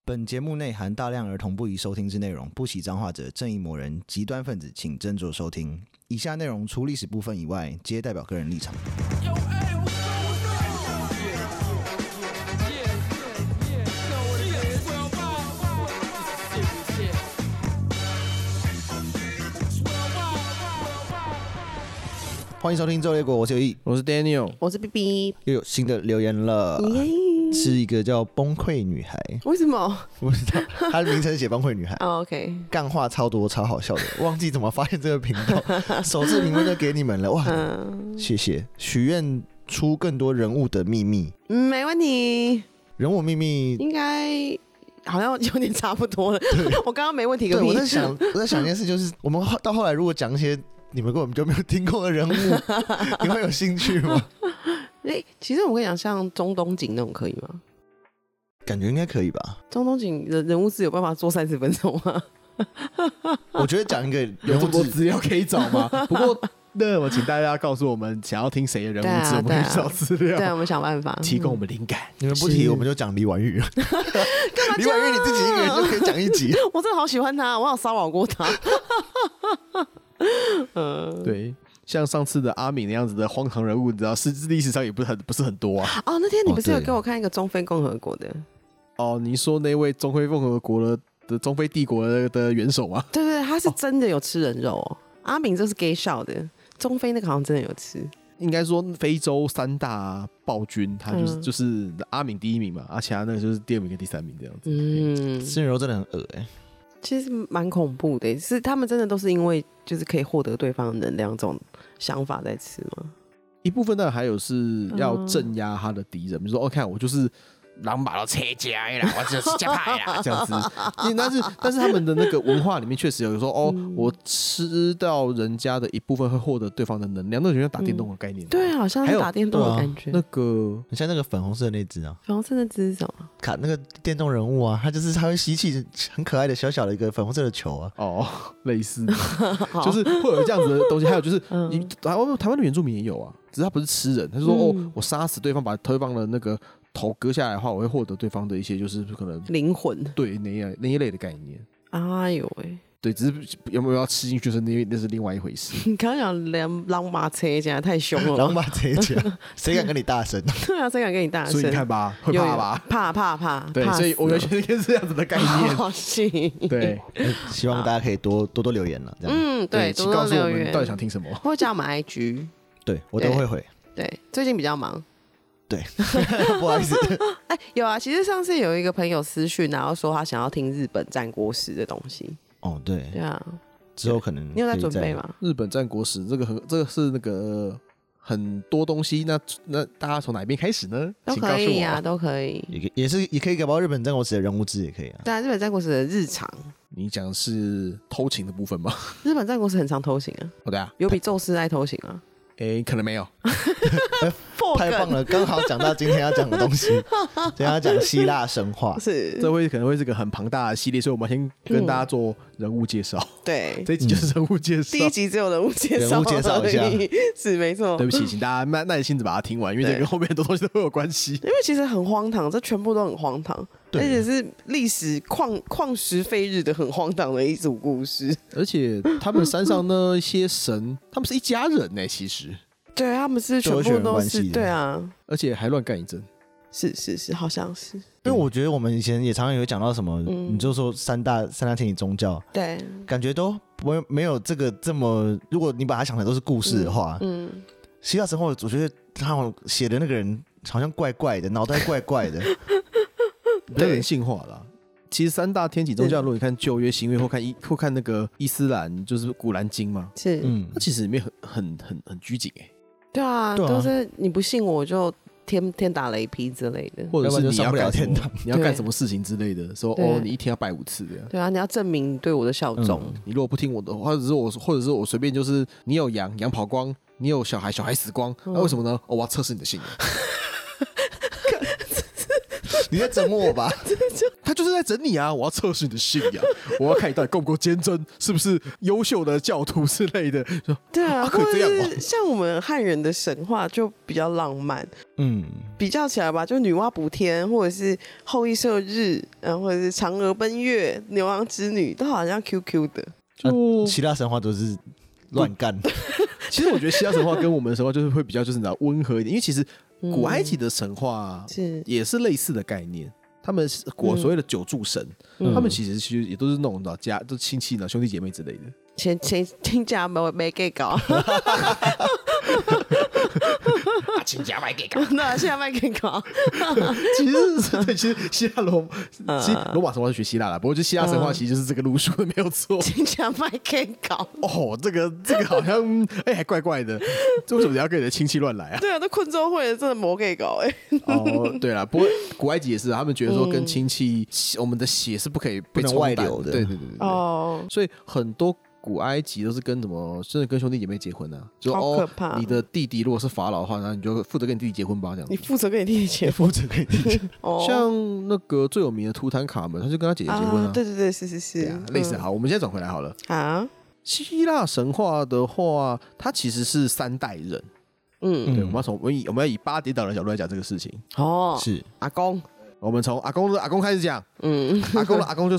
本节目内含大量儿童不宜收听之内容，不喜脏话者、正义魔人、极端分子，请斟酌收听。以下内容除历史部分以外，皆代表个人立场。欢迎收听《周列国》，我是有意， 我是 Daniel， 我是 BB， 又有新的留言了。是一个叫崩溃女孩， 为什么？ 我不知道，她的名称写崩溃女孩。 OK， 干话超多，超好笑的，忘记怎么发现这个频道，首次评论就给你们了，哇！谢谢。许愿出更多人物的秘密， 没问题。 人物秘密应该好像有点差不多了。我刚刚没问题个屁。 对，我在想一件事，就是我们到后来如果讲一些你们根本就没有听过的人物，你会有兴趣吗？ 其实我跟你讲，像中东锦那种可以吗？ 感觉应该可以吧。 中东锦的人物是有办法做30分钟吗？ 我觉得讲一个有这么多资料可以找吗？不过，那我请大家告诉我们，想要听谁的人物志，我们可以找资料。 对，我们想办法提供我们灵感。 你们不提，我们就讲李婉玉了。李婉玉你自己一个人就可以讲一集。 我真的好喜欢他，我好骚扰过他。 对。像上次的阿敏那样子的荒唐人物，你知道，历史上也不是很多啊。 哦，那天你不是有给我看一个中非共和国的？ 哦，你说那位中非共和国的中非帝国的元首吗？ 对对，他是真的有吃人肉哦。阿敏这是 gay 笑的，中非那个好像真的有吃。 应该说非洲3大暴君，他就是阿敏第1名嘛，其他那个就是第2名跟第3名这样子。 吃人肉真的很恶欸。 其实蛮恐怖的，是他们真的都是因为就是可以获得对方的能量这种想法在吃吗？ 一部分当然还有是要镇压他的敌人，比如说看我就是狼把到车家啦，我就是加派啦这样子。但是他们的那个文化里面确实有说我吃到人家的一部分会获得对方的能量，那就像打电动的概念。 对，好像是打电动的感觉。 那个很像那个粉红色的那只啊， 粉红色的只是什么？ 卡那个电动人物啊，他会吸气很可爱的小小的一个粉红色的球啊。 哦，类似，就是会有这样子的东西。还有就是，台湾的原住民也有啊，只是他不是吃人，他是说我杀死对方，把对方的那个头割下来的话，我会获得对方的一些就是可能灵魂， 对那一类的概念。 哎呦喂， 对，只是有没有要吃进去，那是另外一回事。 你刚刚讲狼马车讲太凶了， 狼马车讲，谁敢跟你大声？ 对啊，谁敢跟你大声？ 所以你看吧，会怕吧？怕。对，所以我觉得是这样子的概念。 好信。 对， 希望大家可以多留言了。 对， 请告诉我们到底想听什么。 或加我们 IG， 对我都会回。 对，最近比较忙。 对，不好意思。 有啊，其实上次有一个朋友私讯，然后说他想要听日本战国史的东西。 哦，对啊， 之后可能你有在准备吗？ 日本战国史这个是那个很多东西，那大家从哪边开始呢？ 都可以啊，都可以， 也可以搞到日本战国史的人物志也可以啊。 对啊，日本战国史的日常。 你讲的是偷情的部分吗？ 日本战国史很常偷情啊。 对啊， 有比宙斯爱偷情啊？ 可能没有。 太棒了，刚好讲到今天要讲的东西。今天要讲希腊神话， 是这可能会是个很庞大的系列，所以我们先跟大家做人物介绍。 对， 这一集就是人物介绍。 第一集只有人物介绍， 人物介绍一下， 是没错。 对不起，请大家耐心的把它听完，因为这跟后面很多东西都会有关系。 因为其实很荒唐，这全部都很荒唐，而且是历史旷时废日的很荒唐的一组故事。 而且他们山上那些神，他们是一家人呢，其实。 对，他们是全部都是，对啊， 而且还乱干一阵。 是，好像是。因为我觉得我们以前也常常有讲到什么，你就说三大天体宗教， 对， 感觉都没有这个这么，如果你把它想成都是故事的话，希腊神话，我觉得他写的那个人好像怪怪的，脑袋怪怪的， 比较人性化啦。其实三大天体宗教，如果你看旧约、新约，或看那个伊斯兰，就是古兰经嘛， 是， 它其实里面很拘谨哎。 对啊，都是你不信我就天打雷劈之类的， 或者是你要干天堂，你要干什么事情之类的，说你一天要拜5次这样。 对啊，你要证明对我的效忠。 你如果不听我的，或者是我随便就是你有羊跑光，你有小孩死光，那为什么呢？我要测试你的信仰。 你在整我吧？ 他就是在整你啊！我要测试你的信仰，我要看你到底够不够坚贞，是不是优秀的教徒之类的。 对啊， 可以这样吗？ 像我们汉人的神话就比较浪漫，比较起来吧，就女娲补天，或者是后羿射日，或者是嫦娥奔月、牛郎织女，都好像 QQ 的。 就希腊神话都是乱干。 其实我觉得希腊神话跟我们的神话就是会比较就是你知道温和一点，因为其实古埃及的神话也是类似的概念。他们所谓的九柱神，他们其实也都是那种家都亲戚呢兄弟姐妹之类的。 亲家没给搞。 亲家没给搞， 那现在没给搞。 其实希腊罗马神话是学希腊啦，不过就希腊神话其实就是这个路数的，没有错。 亲家没给搞。 哦，这个好像还怪怪的，这为什么你要跟你的亲戚乱来啊？ 对啊，这昆州会真的没给搞哦，对啦，不过古埃及也是，他们觉得说跟亲戚，我们的血是不可以被不能外流的。 对。哦，所以很多古埃及都是跟真的跟兄弟姐妹结婚啊，就好可怕。 你的弟弟如果是法老的话，那你就负责跟你弟弟结婚吧，这样。 你负责跟你弟弟结婚， 负责跟你弟弟结婚。像那个最有名的图坦卡门，他就跟他姐姐结婚啊。 对，是。 类似。好，我们现在转回来好了。 啊， 希腊神话的话，它其实是3代人。对，我们要以8点档的角度来讲这个事情。 哦， 是阿公。 我们从阿公开始讲。阿公就是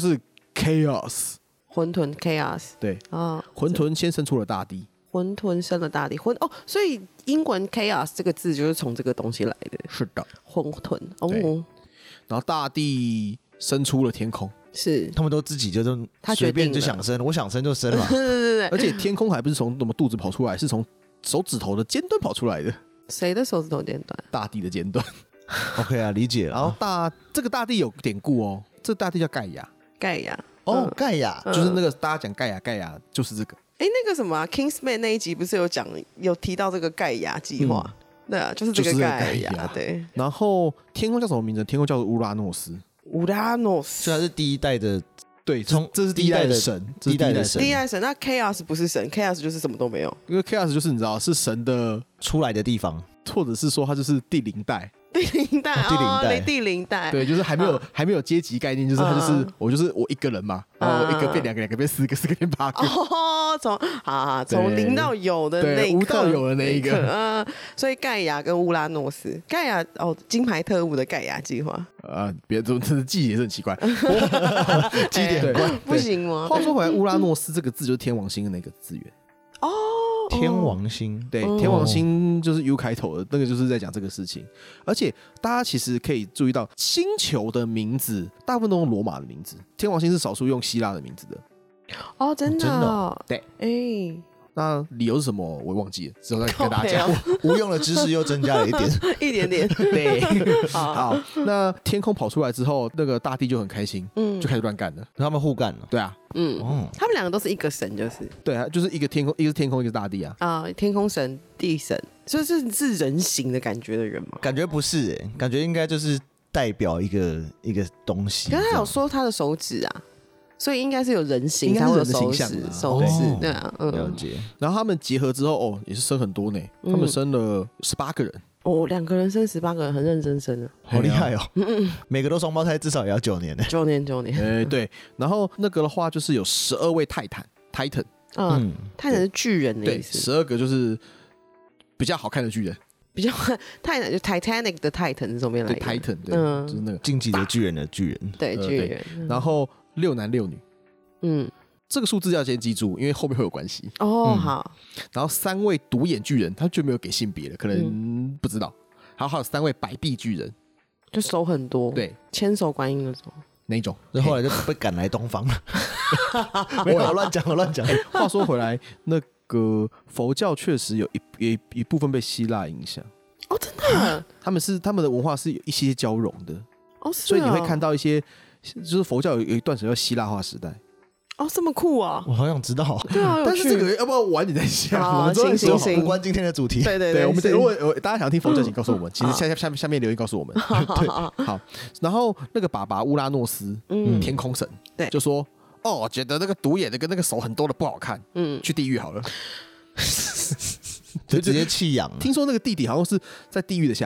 chaos。 混沌 chaos， 对啊，混沌先生出了大地， 混沌生了大地，所以英文 chaos 这个字就是从这个东西来的。 是的， 混沌哦。 然后大地生出了天空， 是他们都自己就随便就想生，我想生就生了。 对。 而且天空还不是从什么肚子跑出来，是从手指头的尖端跑出来的。 谁的手指头尖端？ 大地的尖端。 OK 啊，理解了。 然后这个大地有典故哦，这个大地叫盖亚。 盖亚。 哦，盖亚就是那个大家讲盖亚就是这个。 那个什么Kingsman 那一集不是有提到这个盖亚计划？对啊，就是这个盖亚。对。然后天空叫什么名字？天空叫做乌拉诺斯。 乌拉诺斯， 所以他是第一代的。 对，这是第一代的神， 第一代的神。 那 Chaos 不是神 ，Chaos 就是什么都没有。 因为 Chaos 就是你知道是神的出来的地方， 或者是说它就是第0代。 第零代， 对，就是还没有阶级概念，就是他就是我一个人嘛，然后1个变2个，2个变4个，4个变8个。 哦，从0到有的那一刻， 无到有的那一个。 所以盖亚跟乌拉诺斯，盖亚金牌特务的盖亚计划。 别这记也是很奇怪， 记点怪， 不行吗？ 话说回来，乌拉诺斯这个字就是天王星的那个字源。 天王星， 对，天王星就是 U 开头的那个，就是在讲这个事情。而且大家其实可以注意到，星球的名字大部分都用罗马的名字，天王星是少数用希腊的名字的。 哦，真的， 对，那理由是什么？我忘记了，之后再跟大家讲。 无用的知识又增加了一点， 一点点。 对，好，那天空跑出来之后，那个大地就很开心，就开始乱干了， 他们互干了。 对啊， 他们两个都是一个神，就是对啊，就是一个天空，一个是天空，一个是大地啊。 天空神、地神，所以是人形的感觉的人吗？ 感觉不是，感觉应该就是代表一个东西。 可是他有说他的手指啊。所以应该是有人形才会有手指，对啊， 了解。 然后他们结合之后，也是生很多呢。他们生了18个人。 2个人生18个人，很认真生了， 好厉害哦。每个都双胞胎，至少也要9年呢。 9年。 对。然后那个的话，就是有12位泰坦。泰坦是巨人的意思。 12个就是比较好看的巨人。 比较泰坦就 Titanic 的泰坦是从边来的 ？Titan 对，就是那个晋级的巨人的巨人。 对，巨人。 然后6男6女，这个数字要先记住，因为后面会有关系。 好。 然后3位独眼巨人，他就没有给性别了，可能不知道。还有3位百臂巨人， 就手很多， 对， 千手观音那种。 哪一种？ 后来就被赶来东方了。没有乱讲。 话说回来，那个佛教确实有一部分被希腊影响。 真的？ 他们的文化是有一些交融的。 所以你会看到一些。就是佛教有一段时间叫希腊化时代。 这么酷啊！ 我好想知道。 对啊， 但是这个要不要晚点再讲？我们行， 无关今天的主题。 对， 我们如果大家想听佛教，请告诉我们。其实下面留言告诉我们。对，好。然后那个爸爸乌拉诺斯，天空神， 对， 就说觉得那个独眼的跟那个手很多的不好看，去地狱好了。 就直接弃养。 听说那个弟弟好像是在地狱的下面。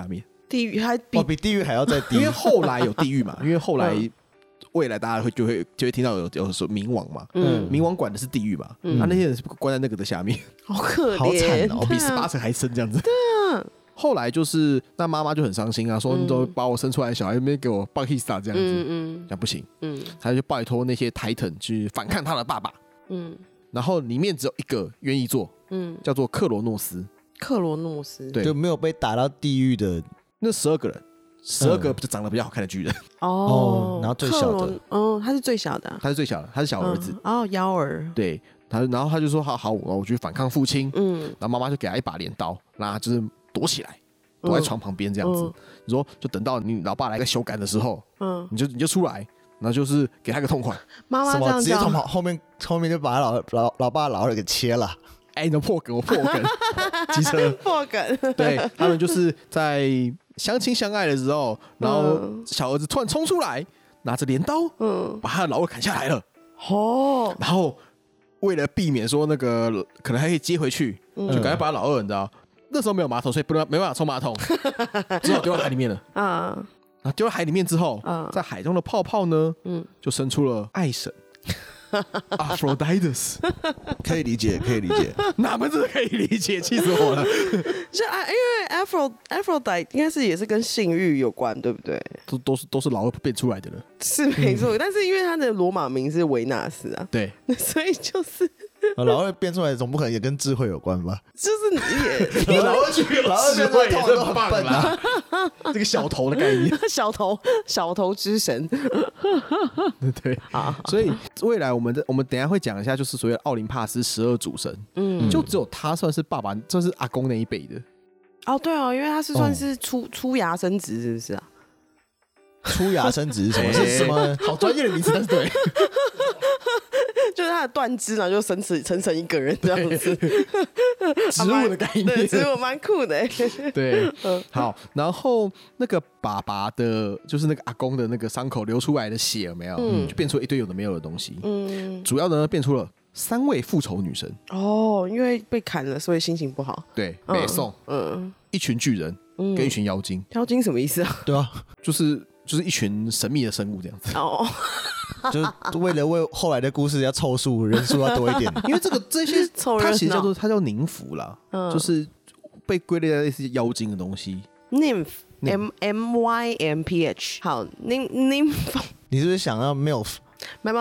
地狱还比地狱还要再低， 因为后来有地狱嘛，因为后来未来大家就会听到有说冥王嘛，冥王管的是地狱嘛，那些人是关在那个的下面， 好可怜， 好惨哦， 比18层还深这样子。 对啊。 后来就是那妈妈就很伤心啊，说你都把我生出来的小孩没给我抱 Hisa 这样子，那不行，他就拜托那些 Titan 去反抗他的爸爸，然后里面只有一个愿意做，叫做克罗诺斯， 对，就没有被打到地狱的那12个人，12个就长得比较好看的巨人哦，然后最小的， 他是最小的， 他是小儿子， 幺儿， 对，然后他就说好，我去反抗父亲，然后妈妈就给他一把镰刀，让他就是躲起来，躲在床旁边这样子。你说，就等到你老爸来个修改的时候，你就出来，然后就是给他个痛快。 妈妈这样直接从后面就把他老爸老二给切了。 哎，你破梗，我破梗，机车破梗。 对，他们就是在相亲相爱的时候，然后小儿子突然冲出来，拿着镰刀，把他的老二砍下来了。哦，然后为了避免说那个可能还可以接回去，就赶快把他老二，你知道。那时候没有马桶，所以没办法冲马桶，只好丢到海里面了。然后丢到海里面之后，在海中的泡泡呢，就生出了爱神Aphroditus。 可以理解， 哪门子可以理解？气死我了！ 是因为 Aphrodite 应该是也是跟性欲有关，对不对？ 都是老二变出来的了， 是没错。但是因为他的罗马名是维纳斯啊， 对， 所以就是。 老二变出来总不可能也跟智慧有关吧？ 就是你老二变出来也是很棒啦，这个小头的概念， 小头之神， 对啊。所以未来我们等一下会讲一下，就是所谓的奥林帕斯12主神，就只有他算是爸爸，这是阿公那一辈的。 哦，对哦，因为他是算是出芽生殖，是不是啊？ 出芽生殖是什么？是什么？ 好专业的名词，但是对。 就是他的断肢，然后就生成一个人这样子， 植物的概念， 对，植物蛮酷的。 对，好，然后那个爸爸的，就是那个阿公的那个伤口流出来的血有没有？就变出一堆有的没有的东西。主要呢变出了3位复仇女神。哦， 因为被砍了，所以心情不好。 对，北宋，一群巨人跟一群妖精。 妖精什么意思啊？ 对啊， 就是一群神秘的生物这样子。哦。 就是为后来的故事要凑数，人数要多一点。 因为这些它其实它叫宁芙啦，就是被归类在类似妖精的东西。 nymph M-Y-M-P-H。好，nymph。 你是不是想要 milf？ 没有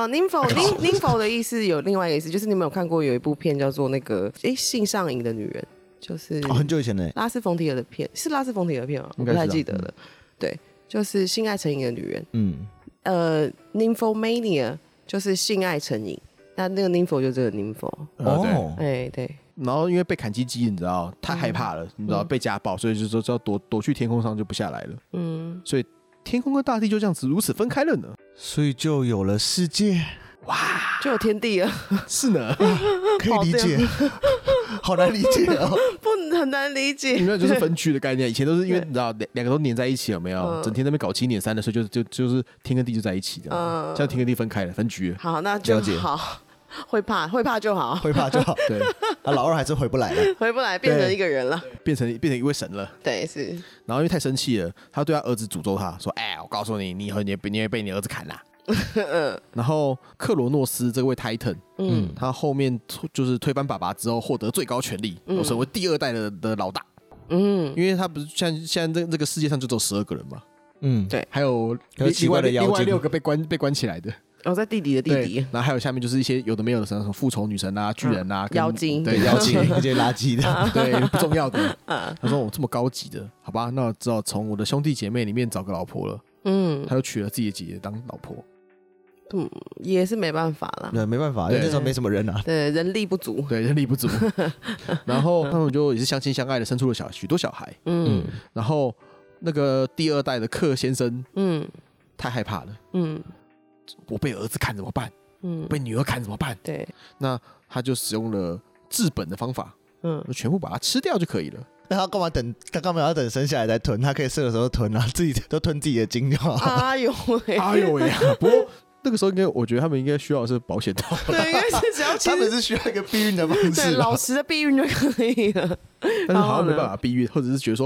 nympho 的意思有另外一个意思，就是你们有看过有一部片叫做那个性上瘾的女人，就是很久以前的拉斯冯提尔的片，是拉斯冯提尔的片吗？我不太记得了。对，就是性爱成瘾的女人。nymphomania 就是性爱成瘾，那个 nympho 就是这个 nympho。 哦， 对。 然后因为被砍鸡鸡，你知道太害怕了，你知道被家暴，所以就说要躲去天空上就不下来了。所以天空跟大地就这样子如此分开了呢。 所以就有了世界， 哇， 就有天地了。 是呢， 可以理解。好难理解哦， 很难理解。 因为就是分区的概念，以前都是因为你知道两个都黏在一起，有没有？整天在那边搞7捻3的时候，就是天跟地就在一起这样。现在天跟地分开了，分局了。 好，那就好。会怕就好， 会怕就好。对，老二还是回不来了， 回不来，变成一个人了， 变成一位神了。 对，是。 然后因为太生气了，他对他儿子诅咒他说：“我告诉你，你以后你会被你儿子砍啦。”然后克罗诺斯这位 Titan，他后面就是推翻爸爸之后获得最高权力，成为第2代的老大。因为他不是现在这个世界上就只有12个人嘛。对，还有另外6个被关起来的。 在地底的地底。 然后还有下面就是一些有的没有的什么复仇女神啊、巨人啊、 妖精， 对，妖精那些垃圾的， 对，不重要的。他说我这么高级的，好吧，那我只好从我的兄弟姐妹里面找个老婆了。他就娶了自己的姐姐当老婆。 也是没办法啦。 对，没办法，因为那时候没什么人啊。 对，人力不足。 然后他们就也是相亲相爱的，生出了许多小孩。然后那个第2代的克先生，太害怕了。我被儿子砍怎么办？被女儿砍怎么办？ 对， 那他就使用了治本的方法，就全部把它吃掉就可以了。 那他干嘛等？他干嘛要等生下来再吞？他可以射的时候吞啊，自己都吞自己的精就好。 哎呦喂！ 不过那个时候我觉得他们应该需要的是保险套。 对，应该是只要他们是需要一个避孕的方式， 对，老实的避孕就可以了。 但是好像没办法避孕，或者是觉得说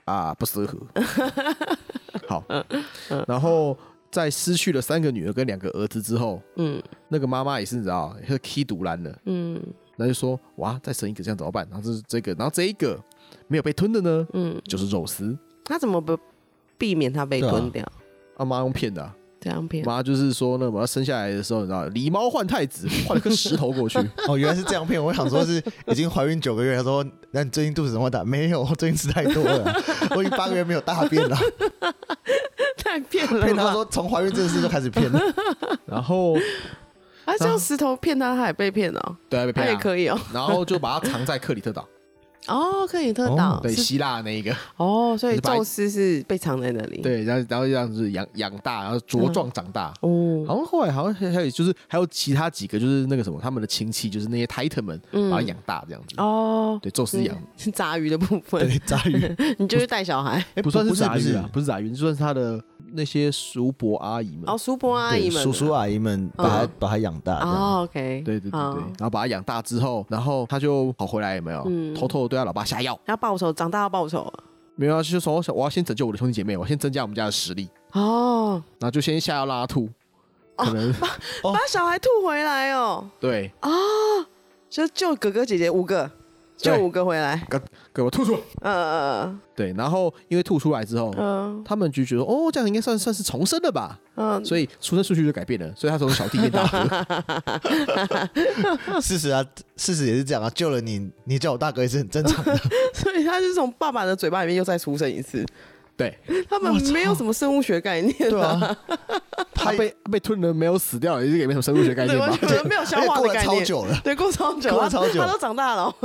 不适合。好，然后在失去了3个女儿跟2个儿子之后，那个妈妈也是你知道，是起毒烂了，那就说哇，再生一个这样怎么办？然后然后这一个没有被吞的呢，就是肉丝。 他怎么不避免他被吞掉？ 妈用骗的啊。 这样骗妈就是说呢，我要生下来的时候，你知道，狸猫换太子，换了颗石头过去。 哦，原来是这样骗。我想说是已经怀孕9个月，他说那你最近肚子怎么大？没有，我最近吃太多了，我已经8个月没有大便了。 太骗了吧， 骗他说从怀孕这件事就开始骗了。 然后这样石头骗他，他也被骗了。 对，被骗他也可以哦。 然后就把它藏在克里特岛。 克里特岛， 对，希腊那一个。 所以宙斯是被藏在那里。 对，然后这样子养大，然后茁壮长大。好像后来好像还有其他几个，就是那个什么，他们的亲戚，就是那些 Titan 们把他养大这样子。对，宙斯养是杂鱼的部分。 对，杂鱼， 你就去带小孩。 不算是杂鱼啊，不是杂鱼，就算是他的那些叔伯阿姨们。 叔伯阿姨们， 叔叔阿姨们把他养大。 OK， 对，然后把他养大之后，然后他就跑回来，有没有？偷偷的对他老爸下药， 要报仇，长大要报仇。 没有啊，就是说我要先拯救我的兄弟姐妹，我先增加我们家的实力。然后就先下药让他吐，可能把小孩吐回来哦。 对就救哥哥姐姐5个。就5个回来， 给我吐出来。对，然后因为吐出来之后，他们就觉得这样应该算是重生了吧。所以出生顺序就改变了，所以他从小弟变大哥。 事实也是这样啊，救了你叫我大哥也是很正常的。 所以他是从爸爸的嘴巴里面又再出生一次。 对， 他们没有什么生物学概念。 对啊， 他被吞了没有死掉，也是也没什么生物学概念吧？ 对，没有消化的概念。 过了超久了， 对，过超久，他都长大了。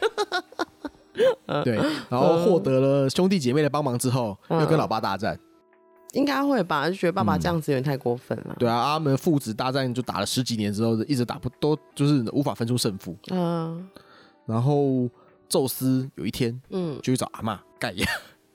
对，然后获得了兄弟姐妹的帮忙之后，又跟老爸大战。 应该会吧，就觉得爸爸这样子有点太过分了。 对啊，他们父子大战就打了10几年之后，一直打不都就是无法分出胜负。然后宙斯有一天，就去找阿嬷盖亚。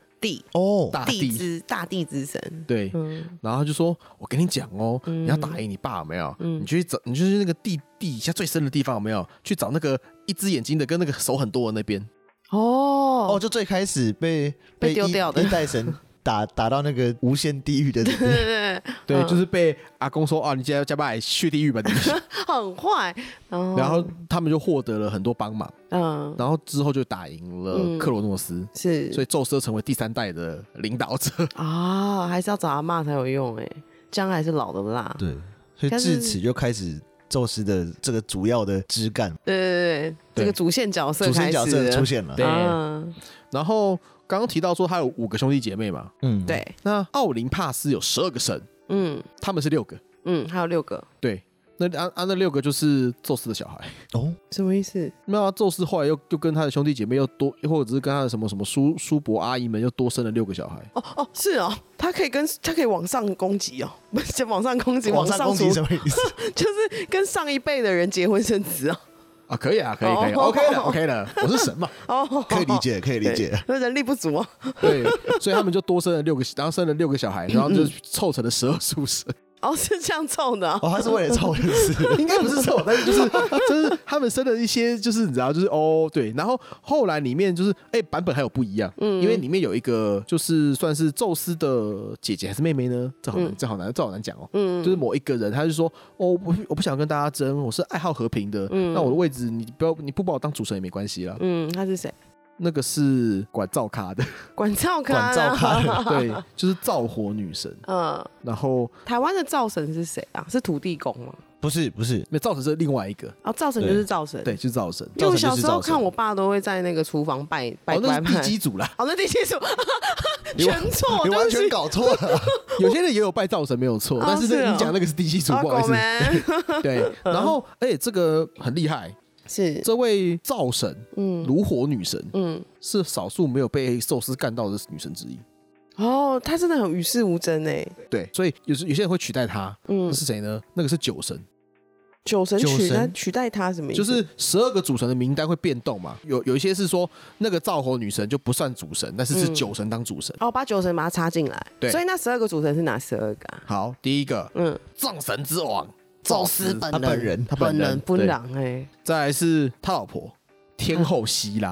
大地之神。 对，然后他就说：“我跟你讲哦，你要打赢你爸有没有？你去找，你就是那个地底下最深的地方有没有？去找那个一只眼睛的跟那个手很多的那边。 就最开始被丢掉的一代神打到那个无限地狱的。 对，就是被阿公说你今天要加把去地狱吧，你很坏。 然后他们就获得了很多帮忙。然后之后就打赢了克罗诺斯，所以宙斯成为第3代的领导者。 还是要找阿嬷才有用姜还是老的辣。 对，所以自此就开始宙斯的这个主要的枝干。 对，这个主线角色出现了。 对，然后刚刚提到说他有5个兄弟姐妹嘛。 对。 那奥林帕斯有12个神。他们是6个。 还有6个。 对。那6个就是宙斯的小孩。 什么意思？ 没有啊，宙斯后来又跟他的兄弟姐妹又多，或者是跟他的什么叔伯阿姨们又多生了6个小孩。 是哦，他可以往上攻击哦，不是往上攻击， 往上攻击什么意思？ 就是跟上一辈的人结婚生子哦。 可以啊，可以，OK 了，我是神嘛。 可以理解。 那人力不足啊。 对，所以他们就多生了6个，然后生了6个小孩，然后就凑成了12属神。 是这样凑的。 他是为了凑的是， 应该不是凑，但是就是他们生了一些，就是你知道，就是对。然后后来里面就是版本还有不一样，因为里面有一个就是算是宙斯的姐姐还是妹妹呢？这好难讲哦。就是某一个人，他就说我不想跟大家争，我是爱好和平的。那我的位置你不把我当主神也没关系啦。 他是谁？ 那个是管灶咖的， 管灶咖对，就是灶火女神。然后台湾的灶神是谁啊？是土地公吗？ 不是， 那灶神是另外一个。 灶神就是灶神， 对，就是灶神。 因为我小时候看我爸都会在那个厨房拜。 那是地基主啦。 那地基主，全错， 你完全搞错了。 有些人也有拜灶神没有错，但是你讲那个是地基主，不好意思。对，然后这个很厉害。 是这位灶神，炉火女神，是少数没有被宙斯干到的女神之一。 她真的很与世无争对，所以有些人会取代她。那是谁呢？那个是酒神。 酒神取代她什么意思？ 就是12个主神的名单会变动嘛。有一些是说那个灶火女神就不算主神，但是酒神当主神。 把酒神把它插进来。对，所以那12个主神是哪12个啊？ 好，第一个，众神之王。 宙斯本人不能再来是他老婆天后希拉。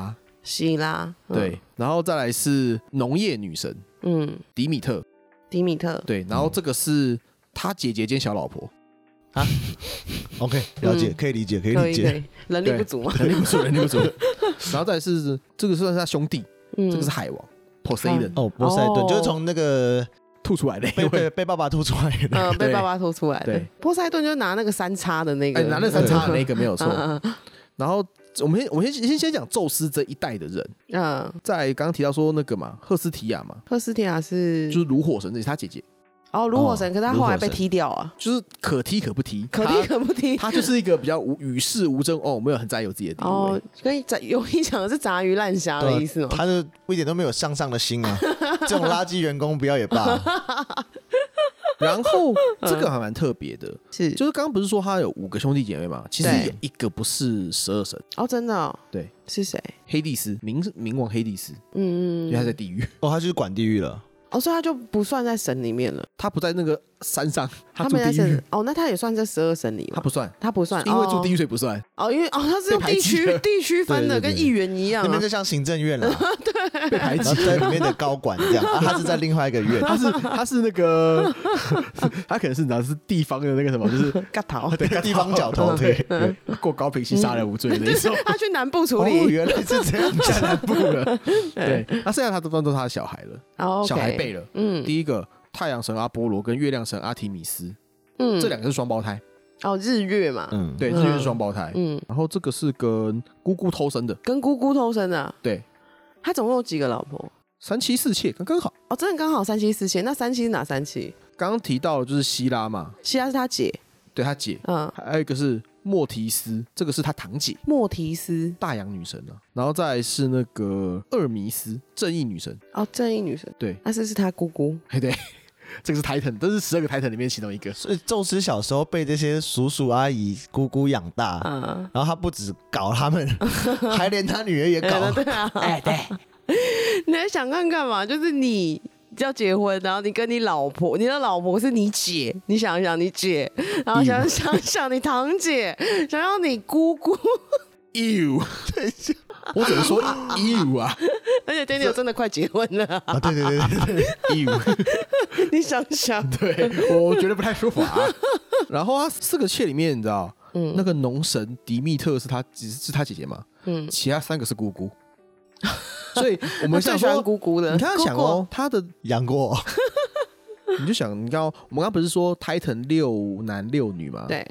希拉， 对，然后再来是农业女神，迪米特，对，然后这个是他姐姐兼小老婆啊。OK， 了解，可以理解， 人力不足嘛， 人力不足。然后再来是这个算是他兄弟，这个是海王 Poseidon， 波塞顿就是从那个吐出来的， 被爸爸吐出来的， 被爸爸吐出来的。对，波塞顿就拿那个三叉的那个， 拿那三叉的那个没有错。然后我们先讲宙斯这一代的人，在刚刚提到说那个嘛，赫斯提亚嘛， 赫斯提亚是就是炉火神，这是他姐姐。 炉火神，可是他后来被踢掉啊， 就是可踢可不踢，他就是一个比较与世无争没有很在意自己的地位。 跟有你讲的是杂鱼烂虾的意思吗？ 他就一点都没有向上的心啊，这种垃圾员工不要也罢。 然后这个还蛮特别的，就是刚刚不是说他有5个兄弟姐妹嘛？其实有一个不是12神真的对， 是谁？ 黑帝斯，冥王黑帝斯，因为他在地狱他就是管地狱了。 所以他就不算在神里面了。 他不在那个山上，他住地狱。 那他也算在12神里吗？ 他不算，因为住地狱所以不算。 因为他是用地区分的，跟议员一样。 那边就像行政院了， 对， 被排挤在里面的高管这样。他是在另外一个院， 他是那个，他可能是地方的那个什么，就是角头， 地方角头，对， 过高品系杀人无罪的那种。 他去南部处理， 原来是这样， 下南部了。对，那剩下他都是他的小孩了，小孩辈了。第一个太阳神阿波罗跟月亮神阿提米斯，这2个是双胞胎。 日月嘛， 对，日月是双胞胎。然后这个是跟姑姑偷生的，对， 他总共有几个老婆 ？3妻4妾，刚刚好。 真的刚好3妻4妾。那3妻是哪3妻？ 刚刚提到的就是希拉嘛， 希拉是他姐， 对他姐。还有一个是莫提斯，这个是他堂姐。 莫提斯， 大洋女神啊。然后再来是那个厄弥斯，正义女神。 正义女神， 对， 那是他姑姑。 对，这个是 Titan， 这是12个 Titan 里面其中一个。 所以宙斯小时候被这些叔叔阿姨姑姑养大，然后他不止搞他们，还连他女儿也搞。 对啊，对。你还想看看嘛？就是你要结婚，然后你跟你老婆，你的老婆是你姐，你想一想你姐，然后想你堂姐，想要你姑姑。 我只能说啊！ 而且 Daniel 真的快结婚了啊！ 对， 你想想， 对我觉得不太舒服啊。然后他4个妾里面，你知道，那个农神迪密特是他姐姐嘛？其他3个是姑姑。所以我们想说姑姑的， 你看他想他的养过， 你就想，你看我们刚刚不是说 Titan 6男6女吗？ 对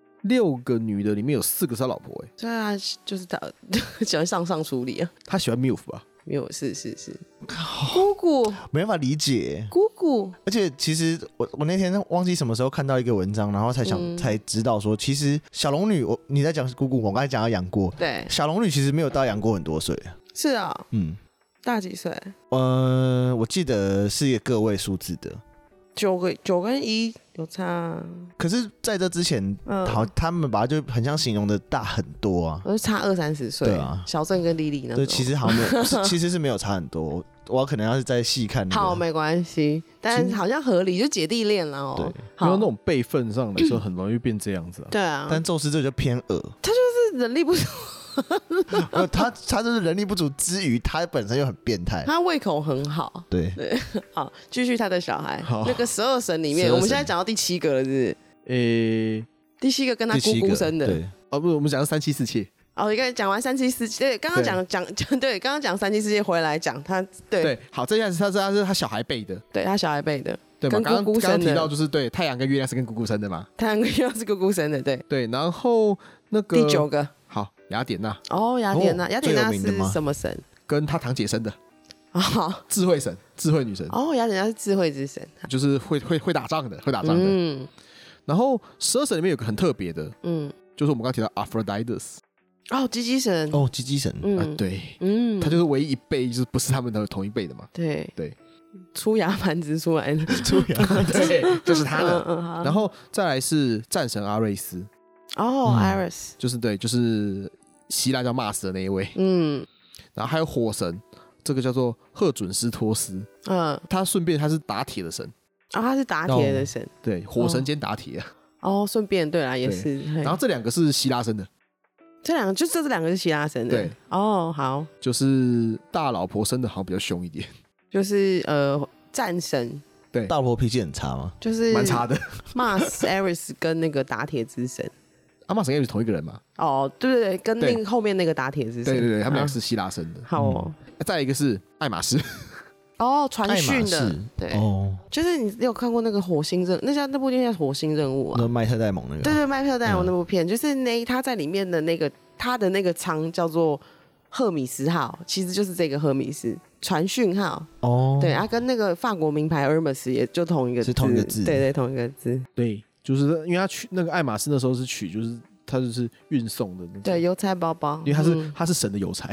，6个女的里面有4个是他老婆， 所以他就是他喜欢上处理啊， 他喜欢 MILF 吧 ？MILF 是姑姑， 没办法理解姑姑。 而且其实我那天忘记什么时候看到一个文章，然后才知道说，其实小龙女你在讲姑姑，我刚才讲到养过， 对， 小龙女其实没有到养过很多岁。 是啊，大几岁？ 我记得是一个个位数字的 ，9跟1有差。 可是在这之前，他们把它就很像形容的大很多啊， 差20-30岁。对啊，小郑跟莉莉那种。 对，其实好像没有，其实是没有差很多。我可能要是再细看。 好，没关系，但好像合理，就姐弟恋了哦。 对，因为那种辈分上来说，很容易变这样子啊。 对啊， 但宙斯这就偏恶， 他就是人力不足。 他就是人力不足之余，他本身又很变态。 他胃口很好。 对， 好，继续他的小孩。那个12神里面，我们现在讲到第7个了，是不是？第7个跟他姑姑生的。 对，不是，我们讲3妻4妾。 你刚才讲完3妻4妾，对，刚刚讲对，刚刚讲3妻4妾回来讲他，对， 好，这下子他是他小孩辈的， 对他小孩辈的， 对嘛？刚刚提到就是对，太阳跟月亮是跟姑姑生的嘛？ 太阳跟月亮是姑姑生的，对对。然后那个第9个。 好，雅典娜。 雅典娜是什么神？ 跟他堂姐生的。智慧神，智慧女神。 雅典娜是智慧之神， 就是会打仗的，会打仗的。然后12神里面有个很特别的，就是我们刚刚提到 Aphrodite。 鸡鸡神。 鸡鸡神。 对，他就是唯一一辈，就是不是他们的同一辈的嘛。 对对， 出牙盘子出来的， 对，就是他的。然后再来是战神阿瑞斯。 Ares 就是对，就是希腊叫骂死的那一位。然后还有火神，这个叫做赫准斯托斯。他顺便他是打铁的神。 他是打铁的神。 对，火神兼打铁。 顺便对啦，也是。 然后这2个是希腊生的。 这两个是希拉生的。 对， 哦，好， 就是大老婆生的好像比较凶一点， 就是战神。 对， 大老婆脾气很差吗？ 就是蛮差的。 Mars Ares 跟那个打铁之神。 Mars Ares 是同一个人嘛？ 哦，对，跟那后面那个打铁之神。 对，他们俩是希腊生的。 好哦。 再一个是爱马仕。 哦，传讯的。对。哦。就是你有看过那个火星任那部电影叫火星任务啊？ 那麦特戴蒙那个。 对，麦特戴蒙那部片，就是他在里面的那个他的那个舱叫做赫米斯号，其实就是这个赫米斯传讯号。哦。对，跟那个法国名牌 Hermes 也就同一个字。 是同一个字。 对，同一个字。 对，就是因为他取那个爱马仕那时候是取就是他就是运送的那种， 对，邮差包包， 因为他是神的邮差。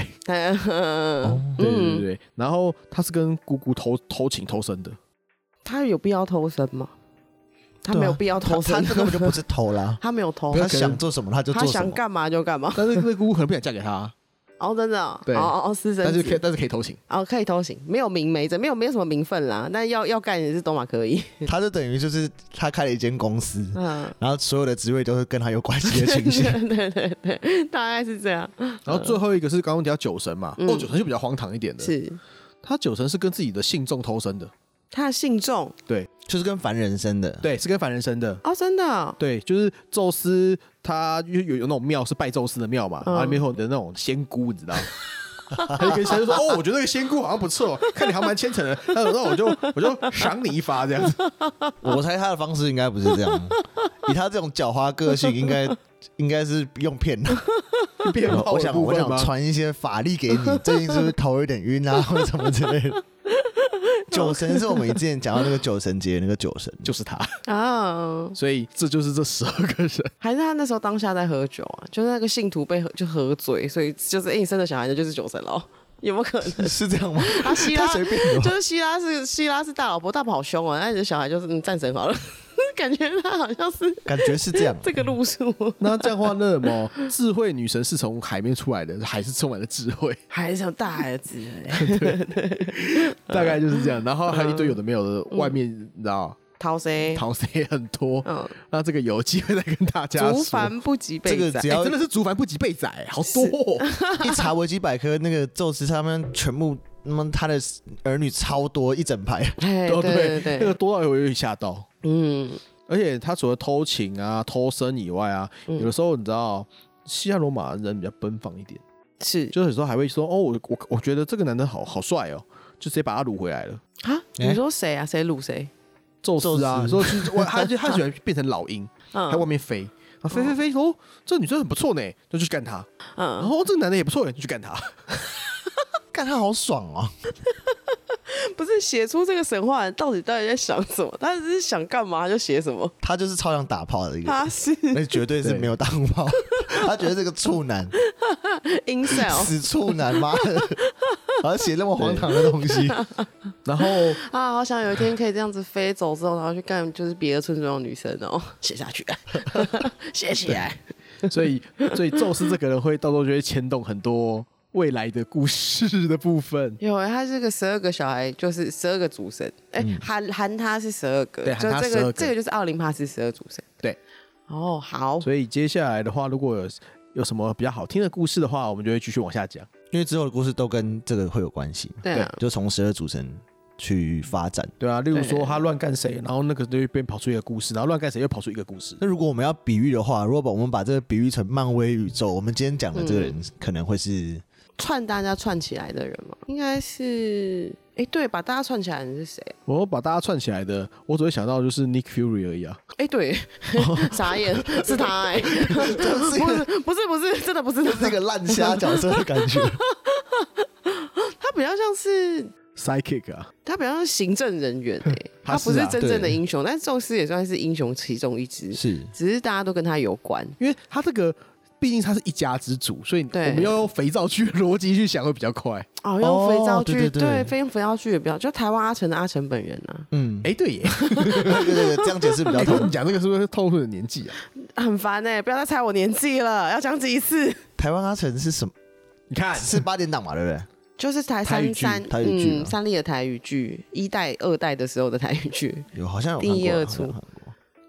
对，然后他是跟姑姑偷情偷生的。他有必要偷生吗？他没有必要偷生， 他根本就不是偷啦。 他没有偷， 他想做什么他就做什么， 他想干嘛就干嘛。 但是那姑姑可能不想嫁给他。 哦，真的哦， 对， 私生子， 但是可以偷情。 哦，可以偷情，没有名没没有什么名分啦。但要干也是都嘛可以。 他就等于就是他开了一间公司，然后所有的职位都是跟他有关系的情形。 对，大概是这样。 然后最后一个是刚刚讲酒神嘛，酒神就比较荒唐一点的， 是他酒神是跟自己的信众偷生的。 他的信众， 对， 就是跟凡人生的， 对，是跟凡人生的。 哦，真的、哦， 对，就是宙斯他有那种庙是拜宙斯的庙嘛，然后里面有的那种仙姑，你知道。他就跟神就说：“哦，我觉得那个仙姑好像不错，看你还蛮虔诚的，那我就赏你一发这样子。” 我猜他的方式应该不是这样，以他这种狡猾个性，应该是用骗的。我想传一些法力给你，最近是不是头有点晕啊，或者什么之类的。酒神是我们之前讲到那个酒神节那个酒神， 就是他啊，所以这就是这12个人。 还是他那时候当下在喝酒啊？就是那个信徒就喝醉，所以就是你生的小孩就是酒神咯。有没有可能是这样吗？ 希拉就是希拉是大老婆，大婆好凶啊，那你的小孩就是战神好了。感觉他好像是， 感觉是这样， 这个路数。 那这样的话，那什么智慧女神是从海面出来的，还是充满了智慧？ 还是从大海的智慧？ 对，大概就是这样。然后还有一堆有的没有的，外面你知道。 陶 C 很多，那这个有机会再跟大家说。 竹凡不及备载， 这个只要真的是竹凡不及备载，好多哦。 一查维基百科，那个宙斯他们全部，他的儿女超多，一整排。 对，那个多到我有点吓到。而且他除了偷情啊、偷生以外啊，有的时候你知道，西亚罗马人比较奔放一点， 是， 就有时候还会说，哦，我觉得这个男的好帅哦，就直接把他掳回来了。 啊？你说谁啊？谁掳谁？ 宙斯啊，说他喜欢变成老鹰，在外面飞，飞，说这个女生很不错呢，就去干她。然后这个男的也不错，就去干他， 干他好爽哦。 不是写出这个神话人到底在想什么？他只是想干嘛就写什么。 他就是超想打炮的一个， 他是那绝对是没有打过炮。他觉得这个处男 ，incel 死处男，妈的，好像写那么荒唐的东西。 然后好想有一天可以这样子飞走之后，然后去干就是别的村庄的女生哦，写下去，写起来。 所以宙斯这个人会到时候就会牵动很多未来的故事的部分。 有，他这个12个小孩就是12个主神，含他是12个， 对， 就这个就是奥林帕斯12主神。 对， 哦，好。 所以接下来的话，如果有什么比较好听的故事的话，我们就会继续往下讲， 因为之后的故事都跟这个会有关系。 对， 就从12主神去发展。 对啊，例如说他乱干谁，然后那个就边跑出一个故事，然后乱干谁又跑出一个故事。 那如果我们要比喻的话，如果我们把这个比喻成漫威宇宙，我们今天讲的这个人可能会是串大家串起来的人吗？应该是，对，把大家串起来的人是谁？ 我把大家串起来的，我只会想到就是 Nick Fury 而已啊。 对，傻眼，是他不是，真的不是他， 那个烂虾角色的感觉。 他比较像是 psychic 啊， 他比较像行政人员他不是真正的英雄，但是宙斯也算是英雄其中一支， 是， 只是大家都跟他有关， 因为他这个毕竟他是一家之主，所以我们要用肥皂剧的逻辑去想会比较快。 用肥皂剧，对，用肥皂剧也比较，就台湾阿成的阿成本人啊。 对耶， 对，这样解释比较通。 你讲这个是不是透露你的年纪啊？ 很烦不要再猜我年纪了，要讲几次？ 台湾阿成是什么？ 你看是8点档嘛，对不对？ 就是台语剧三立的台语剧，1代、2代的时候的台语剧， 有好像有第1、2出。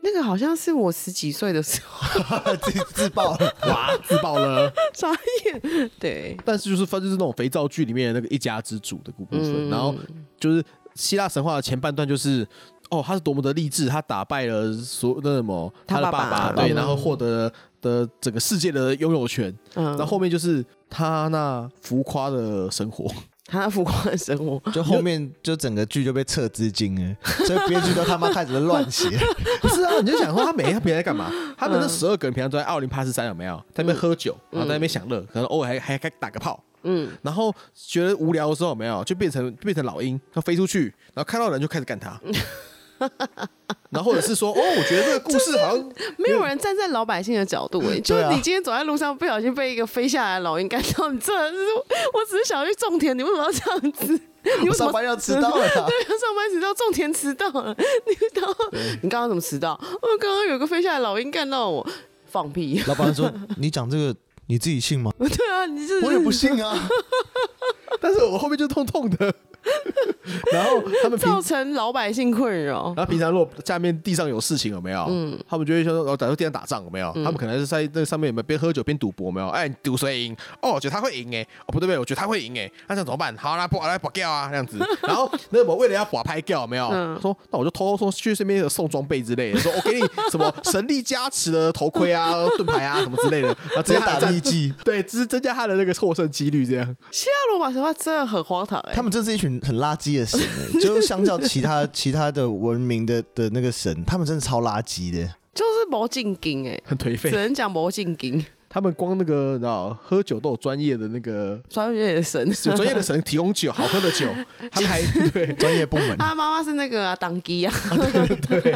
那个好像是我10几岁的时候自爆了， 哇，自爆了， 傻眼。对， 但是就是那种肥皂剧里面的那个一家之主的部分，然后就是希腊神话的前半段就是。他是多么的励志，他打败了他的爸爸，对，然后获得的整个世界的拥有权。然后后面就是他那浮夸的生活。 他浮夸的生活， 就后面就整个剧就被撤资金了，所以编剧都他妈开始乱写。 不是啊，你就想说他每天在干嘛？他们那12个人平常都在奥林帕斯山有没有？在那边喝酒，然后在那边享乐，可能偶尔还打个炮。然后觉得无聊的时候有没有？就变成老鹰，他飞出去，然后看到人就开始干他。然后或者是说，我觉得这个故事好像没有人站在老百姓的角度，就是你今天走在路上，不小心被一个飞下来的老鹰干到，你真的是，我只是想去种田，你为什么要这样子？ 我上班要迟到了， 对，上班迟到，种田迟到了，你刚刚怎么迟到？刚刚有个飞下来的老鹰干到我，放屁！ 老板说：“你讲这个你自己信吗？” 对啊， 我也不信啊， 但是我后面就痛痛的。然后他们造成老百姓困扰。 然后平常如果下面地上有事情有没有？他们就会说，假如地上打仗有没有？他们可能是在那上面有没有边喝酒边赌博有没有？哎，赌谁赢？我觉得他会赢哎，不对，我觉得他会赢哎，那这样怎么办？好，来搏掉啊，这样子。然后那我为了要搏拍掉有没有？说那我就偷偷去身边送装备之类的，说我给你什么神力加持的头盔啊、盾牌啊什么之类的，然后直接打秘技， 对，只是增加他的那个获胜几率这样。 希腊罗马神话真的很荒唐哎， 他们真是一群很垃圾的神哎，就相较其他的文明的那个神，他们真的超垃圾的， 就是没进京哎， 很颓废， 只能讲没进京。 他们光那个你知道喝酒都有专业的那个专业的神， 有专业的神提供酒，好喝的酒，他们还对专业部门。 他妈妈是那个当机啊， 对，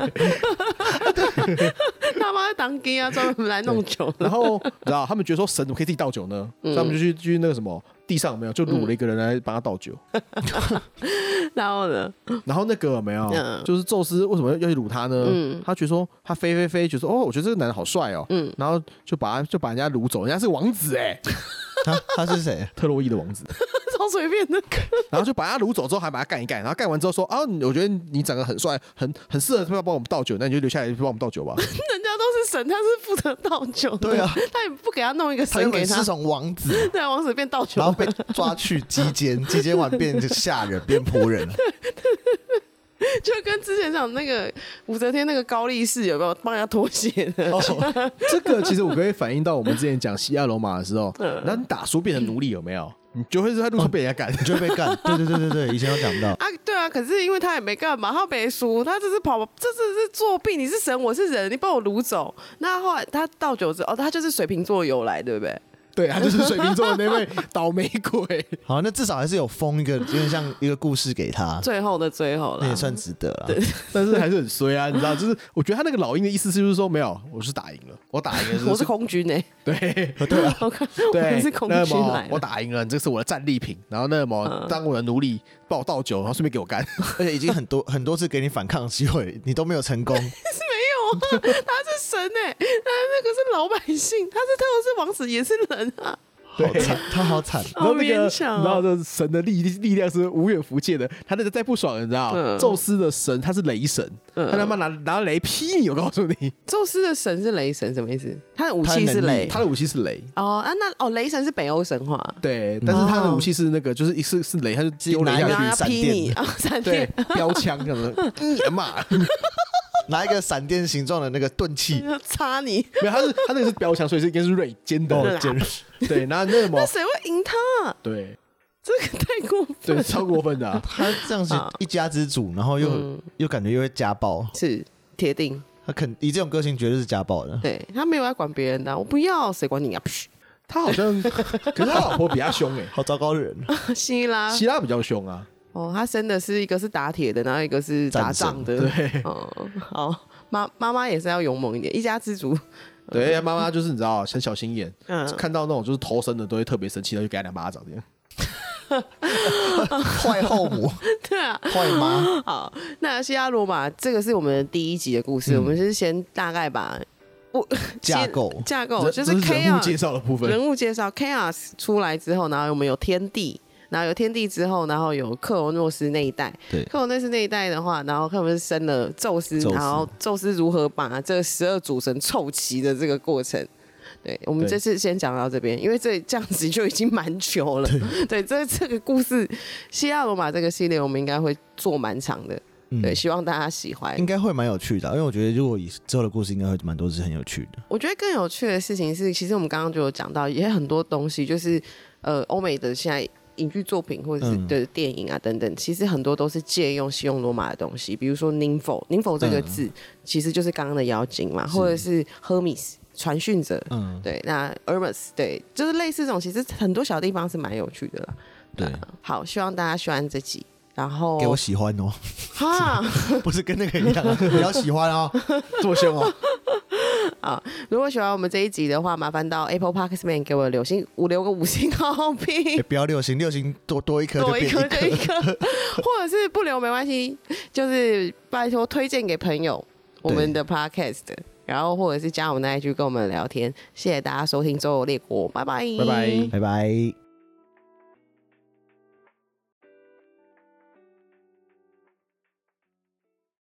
他妈是当机啊，专门来弄酒。 然后你知道他们觉得说神怎么可以自己倒酒呢？所以他们就去那个什么地上有没有就掳了一个人来帮他倒酒。 然后呢？ 然后那个有没有就是宙斯为什么要去掳他呢？他觉得说他飞，觉得说我觉得这个男人好帅哦，然后就把人家掳走，人家是王子哎， 他是谁？ 特洛伊的王子。 超随便的， 然后就把他掳走之后，还把他干一干，然后干完之后说我觉得你长得很帅，很适合帮我们倒酒，那你就留下来帮我们倒酒吧。 人家都是神，他是负责倒酒的， 对啊， 他也不给他弄一个神给他。 是从王子， 对，王子变倒酒， 然后被抓去击奸完变下人变仆人。 就跟之前讲那个武则天那个高力士有没有帮人家脱鞋的？ 这个其实我可以反映到我们之前讲希腊罗马的时候，然后你打输变成奴隶有没有？你就会在路上被人家干， 你就会被干。对，以前有讲到啊，对啊，可是因为他也没干嘛，他没输，他这是作弊。你是神，我是人，你把我掳走。那后来他倒酒之后，他就是水瓶座由来，对不对？ 对，他就是水瓶座的那位倒霉鬼。 好，那至少还是有封一个，有点像一个故事给他。 最后了，那也算值得了。 但是还是很衰啊，你知道，就是我觉得他那个老鹰的意思是不是说没有，我是打赢了，我打赢了， 我是空军哎。 对啊， 我是空军来， 我打赢了，这是我的战利品。然后那么当我的奴隶，帮我倒酒，然后顺便给我干。 而且已经很多次给你反抗的机会，你都没有成功。 是没有啊，他是神哎，他那个是老百姓，他是王子也是人啊。 好惨，他好惨。 然后那个，你知道，这神的力量是无远弗届的。他那个再不爽，你知道，宙斯的神他是雷神，他妈拿雷劈你，我告诉你。 宙斯的神是雷神，什么意思？他的武器是雷， 他的武器是雷。 雷神是北欧神话。 对，但是他的武器是那个，就是是雷，他就丢雷下去， 劈你啊，闪电， 标枪这样子，妈。 拿一个闪电形状的那个钝器插你， 没有，他那个是标枪，所以是应该是锐尖的尖。对，然后那谁会赢他？ 对， 这个太过分， 对，超过分的。 他这样子一家之主，然后又感觉又会家暴， 是铁定。 他以这种个性绝对是家暴的。 对，他没有在管别人的，我不要，谁管你啊？ 他好像，可是他老婆比他凶哎， 好糟糕的人。 希拉比较凶啊。 他生的是一个是打铁的，然后一个是打仗的。 对， 好，妈妈也是要勇猛一点，一家之主。 对，妈妈就是你知道，很小心眼，看到那种就是头生的都会特别生气，然后就给他2巴掌这样。 坏后母， 对啊， 坏妈。 好，那希腊罗马这个是我们第1集的故事，我们是先大概把架构就是 chaos 人物介绍的部分， 人物介绍 chaos 出来之后，然后我们有天地。 然后有天帝之后，然后有克罗诺斯那一代。 对， 克罗诺斯那一代的话，然后他们是生了宙斯，然后宙斯如何把这12主神凑齐的这个过程。对，我们这次先讲到这边，因为这样子就已经蛮久了。对，这个故事希腊罗马这个系列，我们应该会做蛮长的。对，希望大家喜欢， 应该会蛮有趣的，因为我觉得如果以之后的故事，应该会蛮多是很有趣的。 我觉得更有趣的事情是，其实我们刚刚就有讲到，也很多东西就是欧美的现在影剧作品或者是的电影啊等等，其实很多都是借用西用罗马的东西，比如说 nympho 这个字，其实就是刚刚的妖精嘛，或者是 Hermes 传讯者，对，那 Hermes 对，就是类似这种，其实很多小地方是蛮有趣的啦。对，好，希望大家喜欢这集。然后给我喜欢哦， 哈， 不是跟那个一样，你要喜欢哦，这么凶哦。 啊，如果喜欢我们这一集的话，麻烦到 Apple Podcast 给我留个5星好评。 不要6星，6星多一颗就变一颗， 或者是不留没关系，就是拜托推荐给朋友我们的 Podcast， 然后或者是加我们的IG跟我们聊天。谢谢大家收听《周游列国》，拜拜， 拜拜， 拜拜。